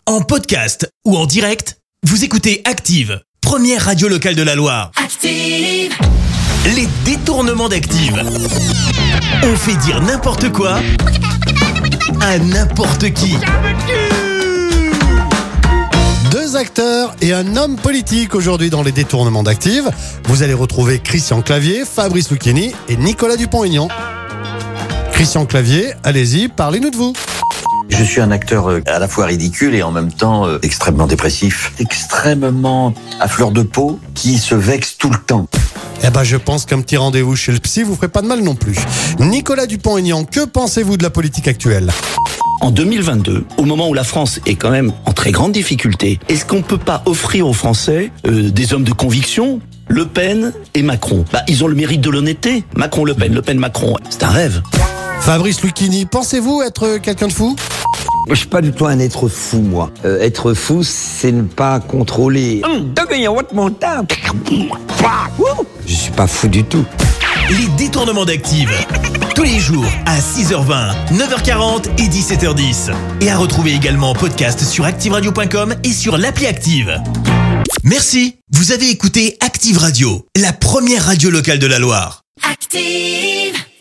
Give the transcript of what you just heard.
En podcast ou en direct, vous écoutez Active, première radio locale de la Loire. Active! Les détournements d'Active. On fait dire n'importe quoi à n'importe qui. Deux acteurs et un homme politique aujourd'hui dans les détournements d'Active. Vous allez retrouver Christian Clavier, Fabrice Lucchini et Nicolas Dupont-Aignan. Christian Clavier, allez-y, parlez-nous de vous. Je suis un acteur à la fois ridicule et en même temps extrêmement dépressif, extrêmement à fleur de peau, qui se vexe tout le temps. Eh ben, je pense qu'un petit rendez-vous chez le psy vous ferait pas de mal non plus. Nicolas Dupont-Aignan, que pensez-vous de la politique actuelle ? En 2022, au moment où la France est quand même en très grande difficulté, est-ce qu'on peut pas offrir aux Français des hommes de conviction ? Le Pen et Macron. Ils ont le mérite de l'honnêteté. Macron-Le Pen, Le Pen-Macron, c'est un rêve. Fabrice Lucchini, pensez-vous être quelqu'un de fou ? Je suis pas du tout un être fou, moi. Être fou, c'est ne pas contrôler. Je suis pas fou du tout. Les détournements d'Active. Tous les jours à 6h20, 9h40 et 17h10. Et à retrouver également en podcast sur activeradio.com et sur l'appli Active. Merci. Vous avez écouté Active Radio, la première radio locale de la Loire. Active!